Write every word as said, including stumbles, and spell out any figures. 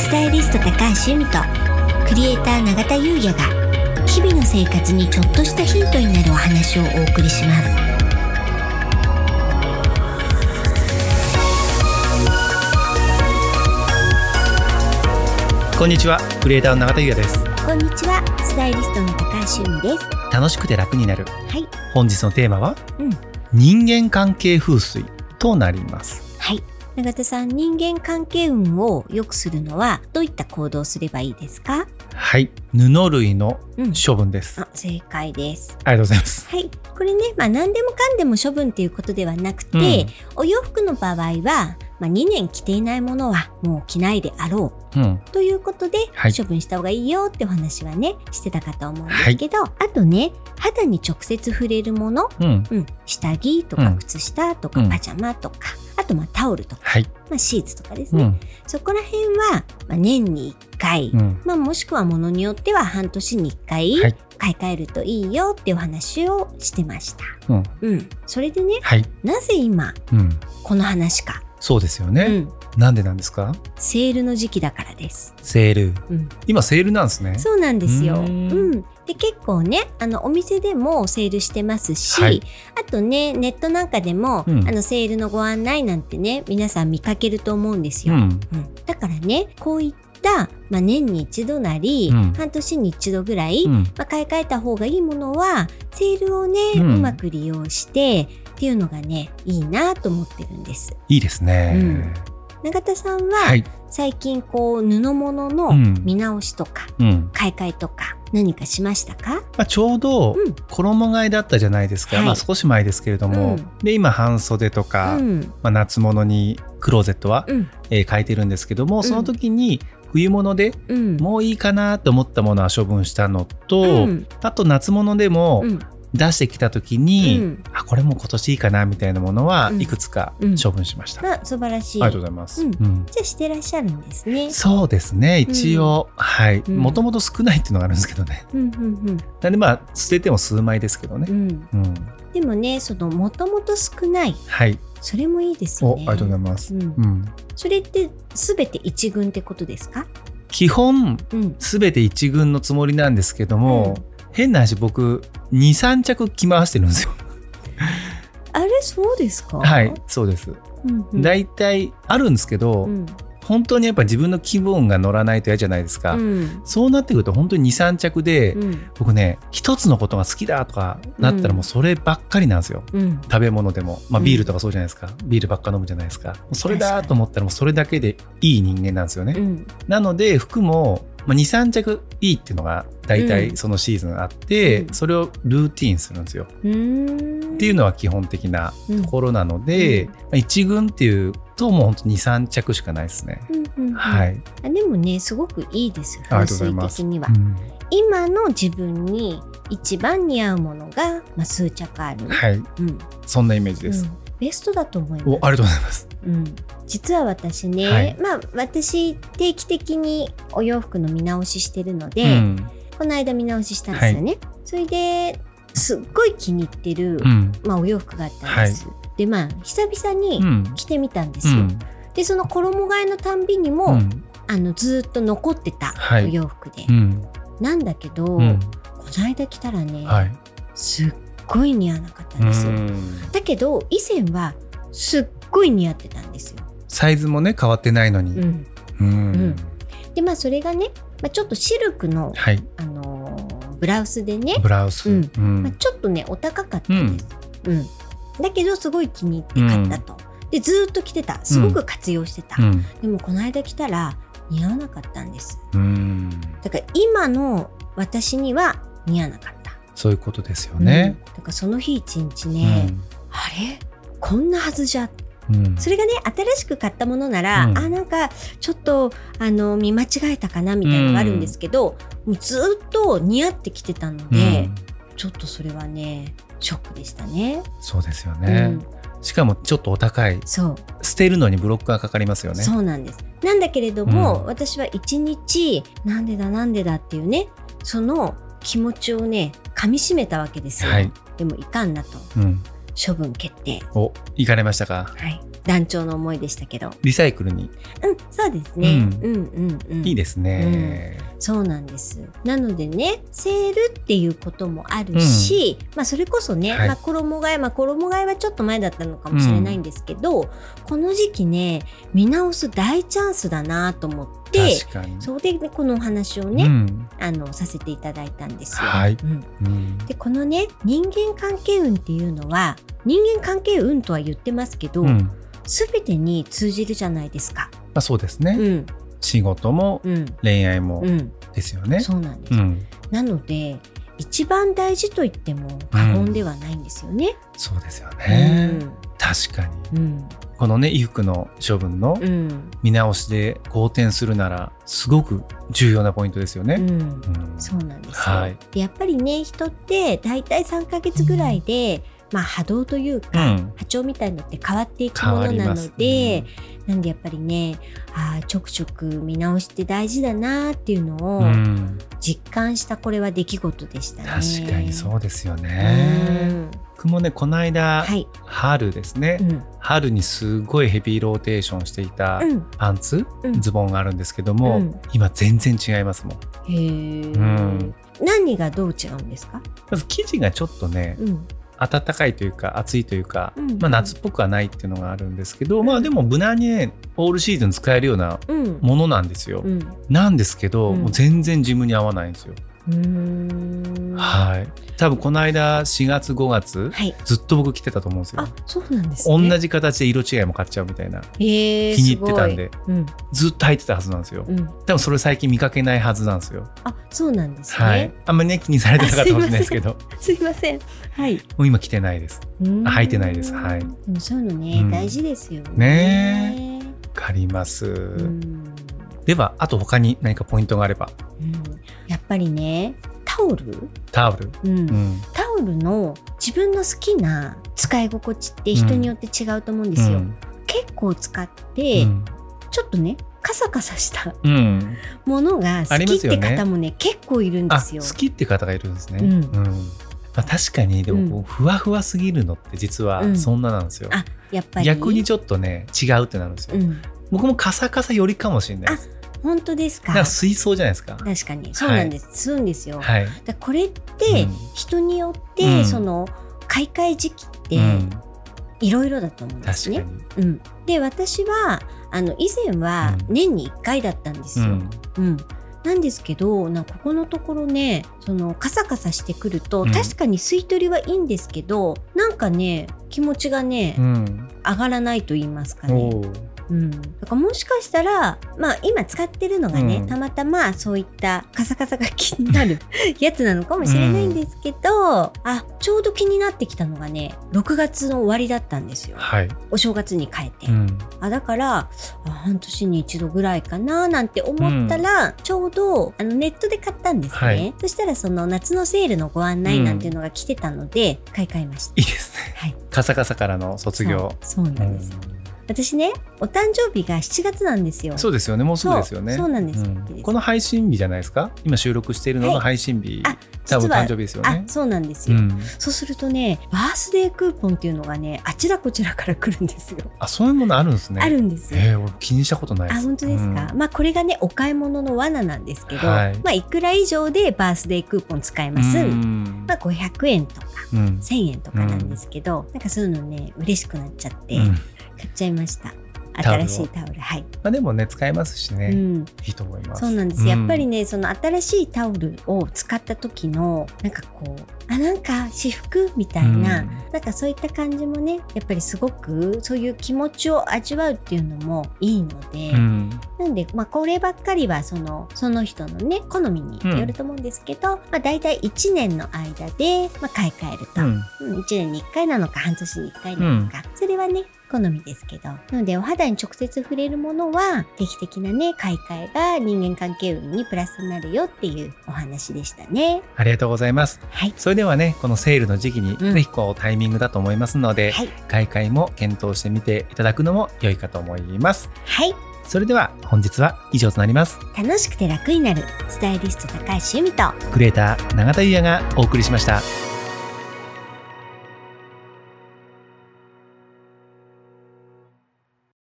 スタイリスト高橋由美とクリエイター永田優也が日々の生活にちょっとしたヒントになるお話をお送りします。 こんにちは、クリエイターの永田優也です。 こんにちは、スタイリストの高橋由美です。 楽しくて楽になる、 はい、 本日のテーマは、うん、人間関係風水となります。 はい、永田さん、人間関係運を良くするのはどういった行動をすればいいですか？ はい、布類の処分です、 うん、あ、正解です。 ありがとうございます。 はい、これね、まあ、何でもかんでも処分ということではなくて、うん、お洋服の場合は、まあ、にねん着ていないものはもう着ないであろう、うん、ということで、はい、処分した方がいいよってお話はねしてたかと思うんですけど、はい、あとね、肌に直接触れるもの、うんうん、下着とか靴下とかパジャマとか、うん、あとまあタオルとか、はい、まあ、シーツとかですね、うん、そこら辺は、まあ、年にいっかい、うん、まあ、もしくはものによっては半年にいっかい、はい、買い替えるといいよっていうお話をしてました、うんうん、それでね、はい、なぜ今、うん、この話か。 そうですよね、うん、なんでなんですか？ セールの時期だからです。 セール、うん、今セールなんですね。 そうなんですよ。うん、で結構ね、あのお店でもセールしてますし、はい、あとね、ネットなんかでも、うん、あのセールのご案内なんてね、皆さん見かけると思うんですよ、うんうん、だからね、こういったまあ、年に一度なり、うん、半年に一度ぐらい、うん、まあ、買い替えた方がいいものはセールをね、うん、うまく利用してっていうのがね、いいなと思ってるんです。 いいですね、うん、 永田さんは、はい、最近こう布物の見直しとか、うん、買い替えとか何かしましたか？ まあ、ちょうど衣替えだったじゃないですか、うん、まあ、少し前ですけれども、うん、で今半袖とか、うん、まあ、夏物にクローゼットは、うん、えー、変えてるんですけども、その時に冬物でもういいかなと思ったものは処分したのと、うん、あと夏物でも出してきた時に、うん、あ、これも今年いいかなみたいなものはいくつか処分しました、 うんうん、まあ、素晴らしい。 ありがとうございます、うんうん、じゃあしてらっしゃるんですね。 そうですね、一応、うん、はい、もともと少ないっていうのがあるんですけどね、うんうんうん、なんでまあ捨てても数枚ですけどね、うんうん、 でもね、そのもともと少ない、はい、それもいいですよね。 お、ありがとうございます、うんうん、 それって全て一軍ってことですか？ 基本、うん、全て一軍のつもりなんですけども、うん、変な話、僕 にさん 着着回してるんですよ。 あれ、そうですか？ はい、そうです、うんうん、だいたいあるんですけど、うん、本当にやっぱ自分の気分が乗らないと嫌じゃないですか、うん、そうなってくると本当に にさん 着で、うん、僕ね、一つのことが好きだとかなったらもうそればっかりなんですよ、うん、食べ物でも、まあ、ビールとかそうじゃないですか、うん、ビールばっか飲むじゃないですか。もうそれだと思ったらもうそれだけでいい人間なんですよね、うん、なので服もまあ、にさん 着いいっていうのが大体そのシーズンあって、うん、それをルーティーンするんですよ、うん、っていうのは基本的なところなので、うん、まあ、一軍っていうともう本当にさん着しかないですね、うんうんうん、はい、 あ、でもね、すごくいいですよ、風水的には、うん、今の自分に一番似合うものが、まあ、数着ある、 はい、うん、そんなイメージです、うん、 ベストだと思います。 お、ありがとうございます、うん、 実は私ね、はい、まあ、私定期的にお洋服の見直ししてるので、うん、この間見直ししたんですよね、はい、それですっごい気に入ってる、うん、まあ、お洋服があったんです、はい、でまあ久々に着てみたんですよ、うん、でその衣替えのたんびにも、うん、あのずっと残ってたお洋服で、はい、うん、なんだけど、うん、この間着たらね、はい、すっごい似合わなかったんですよ。だけど以前はすっごい似合ってたんですよ。 サイズもね変わってないのに、うんうんうん、 でまあそれがね、まあ、ちょっとシルクの、はい、あのー、ブラウスでね、 ブラウス、うんうん、 まあ、ちょっとねお高かったです、うんうん、だけどすごい気に入って買ったと、うん、でずっと着てた、すごく活用してた、うん、でもこの間着たら似合わなかったんです、うん、だから今の私には似合わなかった。 そういうことですよね、 うん、だからその日一日ね、うん、あれこんなはずじゃ、うん、それがね新しく買ったものなら、うん、あなんかちょっとあの見間違えたかなみたいなのがあるんですけど、うん、もうずっと似合ってきてたので、うん、ちょっとそれはねショックでしたね。 そうですよね、うん、しかもちょっとお高い、そう捨てるのにブロックがかかりますよね。 そうなんです。なんだけれども、うん、私はいちにちなんでだなんでだっていうねその気持ちをね噛み締めたわけですよ、はい、でもいかんなと、うん、処分決定。 お、行かれましたか？ はい、 団長の思いでしたけど、 リサイクルに、 うん、そうですね、うん、うんうんうんいいですね、 うん、そうなんです。なのでね、セールっていうこともあるし、うん、まあそれこそね、はい、まあ、衣替え、まあ衣替えはちょっと前だったのかもしれないんですけど、うん、この時期ね、見直す大チャンスだなと思って、 確かにそれでこのお話をね、うん、あのさせていただいたんですよ、 はいうんうん、 でこのね、人間関係運っていうのは、人間関係運とは言ってますけど、うん、全てに通じるじゃないですか。 まあ、そうですね、うん、仕事も、うん、恋愛もですよね、 そうなんです、うん、なので一番大事と言っても過言ではないんですよね、うん、 そうですよね、うん、確かに、うん、このね、衣服の処分の見直しで好転するならすごく重要なポイントですよね、うんうん、 そうなんですよ、はい、でやっぱりね、人ってだいたいさんかげつぐらいで、まあ、波動というか、うん、波長みたいのって変わっていくものなので、うん、なんでやっぱりね、あちょくちょく見直して大事だなっていうのを実感した、これは出来事でしたね。 確かにそうですよね、うん、僕もね、この間、はい、春ですね、うん、春にすごいヘビーローテーションしていたパンツ、うん、ズボンがあるんですけども、うん、今全然違いますもん。 へー、うん、何がどう違うんですか？ まず生地がちょっとね、うん、暖かいというか暑いというか、うんうん、まあ、夏っぽくはないっていうのがあるんですけど、うん、まあでも無難にね、オールシーズン使えるようなものなんですよ、うん、なんですけど、うん、もう全然自分に合わないんですよ。うーん、はい、多分この間しがつごがつ、はい、ずっと僕着てたと思うんですよ。 あ、そうなんですね。 同じ形で色違いも買っちゃうみたいな、気に入ってたんで、うん、ずっと履いてたはずなんですよ、うん、多分それ最近見かけないはずなんですよ。 あ、そうなんですね、 はい、あんまりね、気にされてなかったかもしれないですけど、 すいません、はい、 もう今着てないです。履いてないです、はい、でもそういうのね、うん、大事ですよね。 ねえ、わかります。うん、ではあと他に何かポイントがあれば。 うん、やっぱりね、タオルタオル、うんうん、 タオルの自分の好きな使い心地って人によって違うと思うんですよ、うん、結構使って、うん、ちょっとね、カサカサしたものが好きって方もね、ね、結構いるんですよ。 好きって方がいるんですね、うんうん、まあ、確かにでもこうふわふわすぎるのって実はそんななんですよ、うん、あ、やっぱり逆にちょっとね、違うってなるんですよ、うん、僕もカサカサよりかもしれないです。 本当ですか？ なんか水槽じゃないですか。 確かにそうなんです、はい、吸うんですよ、はい、だこれって人によって、うん、その買い替え時期っていろいろだと思うんですね、うん、で私はあの以前は年にいっかいだったんですよ、うんうん、なんですけど、なんかここのところね、そのカサカサしてくると、うん、確かに吸い取りはいいんですけど、なんかね、気持ちがね、うん、上がらないと言いますかね。うん、だからもしかしたら、まあ、今使ってるのがね、うん、たまたまそういったカサカサが気になるやつなのかもしれないんですけど、うん、あ、ちょうど気になってきたのがね、ろくがつの終わりだったんですよ、はい、お正月に変えて、うん、あだからあ半年に一度ぐらいかななんて思ったら、うん、ちょうどあのネットで買ったんですね、はい、そしたらその夏のセールのご案内なんていうのが来てたので、うん、買い替えました。 いいですね、はい、カサカサからの卒業。 そう、そうなんです、うん、私ね、お誕生日がしちがつなんですよ。 そうですよね、もうすぐですよね。 そう、そうなんです、うん、 この配信日じゃないですか、今収録しているのの配信日、はい、多分誕生日ですよね。 あ、そうなんですよ、うん、そうするとね、バースデークーポンっていうのがね、あちらこちらから来るんですよ。 あ、そういうものあるんですね。 あるんですよ。 えー、俺気にしたことないです。 あ、本当ですか、うん、まあこれがね、お買い物の罠なんですけど、はい、まあいくら以上でバースデークーポン使えます、まあごひゃくえんとか、うん、せんえんとかなんですけど、うん、なんかそういうのね、嬉しくなっちゃって、うん、買っちゃいました。新しいタオル、はい、 まあ、でもね、使えますしね、うん、いいと思います。 そうなんです、うん、やっぱりね、その新しいタオルを使った時のなんかこう、あ、なんか私服みたいな、うん、なんかそういった感じもね、やっぱりすごくそういう気持ちを味わうっていうのもいいので、うん、なんで、まあ、こればっかりはそのその人のね、好みによると思うんですけど、うん、まあ、だいたいいちねんの間で、まあ、買い替えると、うん、いちねんにいっかいなのか半年にいっかいなのか、うん、それはね好みですけど、なのでお肌に直接触れるものは定期的なね、買い替えが人間関係運にプラスになるよっていうお話でしたね。 ありがとうございます、はい、それではね、このセールの時期にぜひこうタイミングだと思いますので、うん、はい、買い替えも検討してみていただくのも良いかと思います。 はい、 それでは本日は以上となります。 楽しくて楽になるスタイリスト高橋由美とクリエイター永田優也がお送りしました。